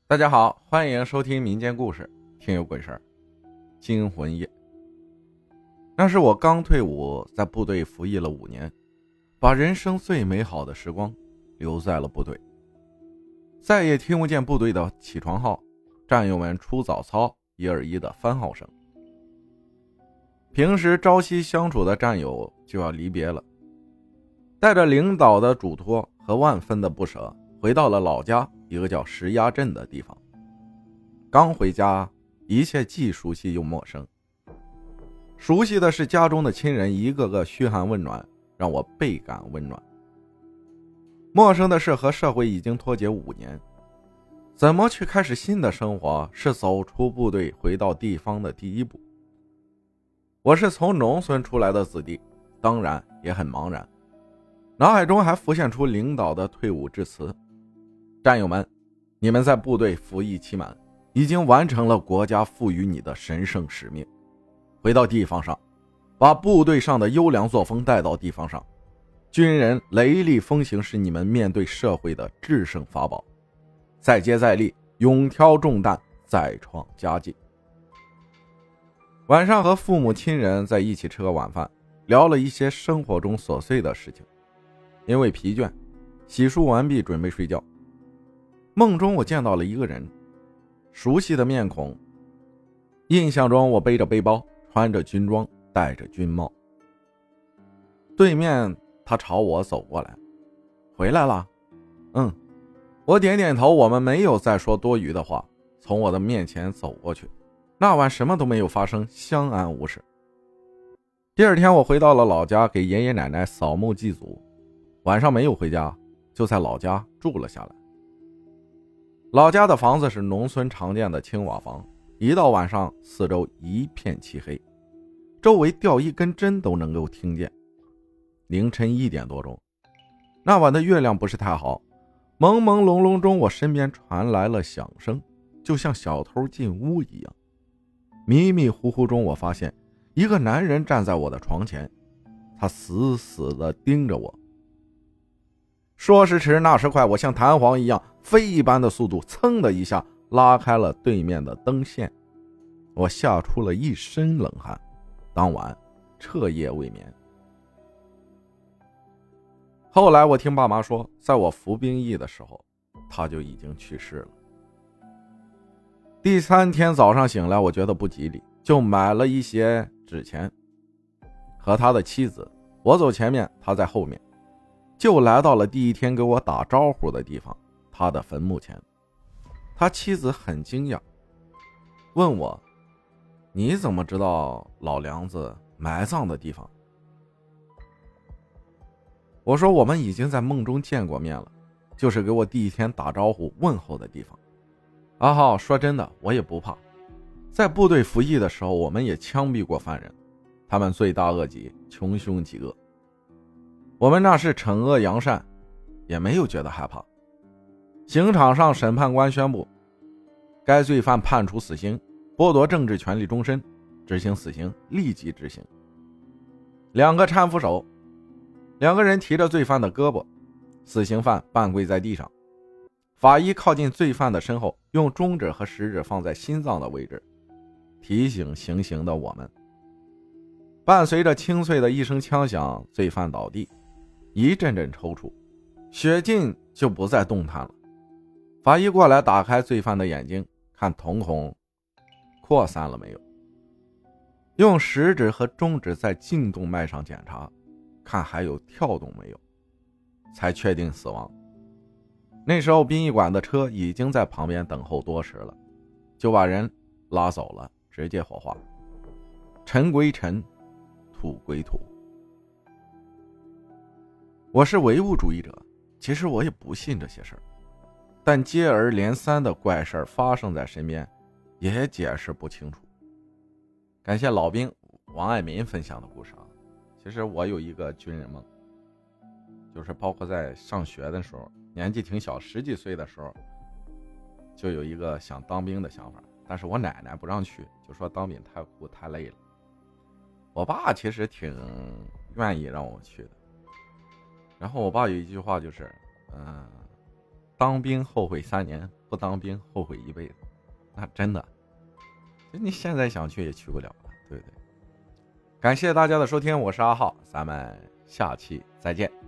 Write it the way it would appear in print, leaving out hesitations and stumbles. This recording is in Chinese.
大家好，欢迎收听民间故事，听有鬼事儿。惊魂夜，那是我刚退伍，在部队服役了5年，把人生最美好的时光留在了部队，再也听不见部队的起床号，战友们出早操1二1的番号声。平时朝夕相处的战友就要离别了，带着领导的嘱托和万分的不舍，回到了老家一个叫石崖镇的地方。刚回家，一切既熟悉又陌生。熟悉的是家中的亲人一个个嘘寒问暖，让我倍感温暖。陌生的是和社会已经脱节5年，怎么去开始新的生活，是走出部队回到地方的第一步。我是从农村出来的子弟，当然也很茫然，脑海中还浮现出领导的退伍致辞：战友们，你们在部队服役期满，已经完成了国家赋予你的神圣使命。回到地方上，把部队上的优良作风带到地方上，军人雷厉风行是你们面对社会的制胜法宝。再接再厉，勇挑重担，再创佳绩。晚上和父母亲人在一起吃个晚饭，聊了一些生活中琐碎的事情。因为疲倦，洗漱完毕准备睡觉，梦中我见到了一个人，熟悉的面孔。印象中我背着背包，穿着军装，戴着军帽。对面他朝我走过来：回来了？我点点头。我们没有再说多余的话，从我的面前走过去。那晚什么都没有发生，相安无事。第二天我回到了老家，给爷爷奶奶扫墓祭祖。晚上没有回家，就在老家住了下来。老家的房子是农村常见的青瓦房，一到晚上四周一片漆黑，周围掉一根针都能够听见。凌晨1点多钟，那晚的月亮不是太好，朦朦胧胧中我身边传来了响声，就像小偷进屋一样。迷迷糊糊中我发现一个男人站在我的床前，他死死地盯着我。说时迟那时快，我像弹簧一样飞一般的速度，噌的一下拉开了对面的灯线。我吓出了一身冷汗，当晚彻夜未眠。后来我听爸妈说，在我服兵役的时候他就已经去世了。第3天早上醒来，我觉得不吉利，就买了一些纸钱，和他的妻子，我走前面，他在后面，就来到了第1天给我打招呼的地方，他的坟墓前。他妻子很惊讶，问我：你怎么知道老梁子埋葬的地方？我说我们已经在梦中见过面了，就是给我第1天打招呼问候的地方。阿浩，说真的，我也不怕。在部队服役的时候，我们也枪毙过犯人，他们罪大恶极，穷凶极恶。我们那是惩恶扬善，也没有觉得害怕。刑场上审判官宣布，该罪犯判处死刑，剥夺政治权利终身，执行死刑，立即执行。2个搀扶手，2个人提着罪犯的胳膊，死刑犯半跪在地上。法医靠近罪犯的身后，用中指和食指放在心脏的位置，提醒行刑的我们。伴随着清脆的一声枪响，罪犯倒地，一阵阵抽搐，血尽就不再动弹了。法医过来打开罪犯的眼睛，看瞳孔扩散了没有，用食指和中指在颈动脉上检查，看还有跳动没有，才确定死亡。那时候殡仪馆的车已经在旁边等候多时了，就把人拉走了，直接火化。尘归尘，土归土。我是唯物主义者，其实我也不信这些事儿，但接二连三的怪事儿发生在身边，也解释不清楚。感谢老兵王爱民分享的故事啊！其实我有一个军人梦，就是包括在上学的时候，年纪挺小，10几岁的时候，就有一个想当兵的想法，但是我奶奶不让去，就说当兵太苦太累了。我爸其实挺愿意让我去的，然后我爸有一句话就是， 当兵后悔3年，不当兵后悔一辈子。那真的，你现在想去也去不了了，对不对？感谢大家的收听，我是阿浩，咱们下期再见。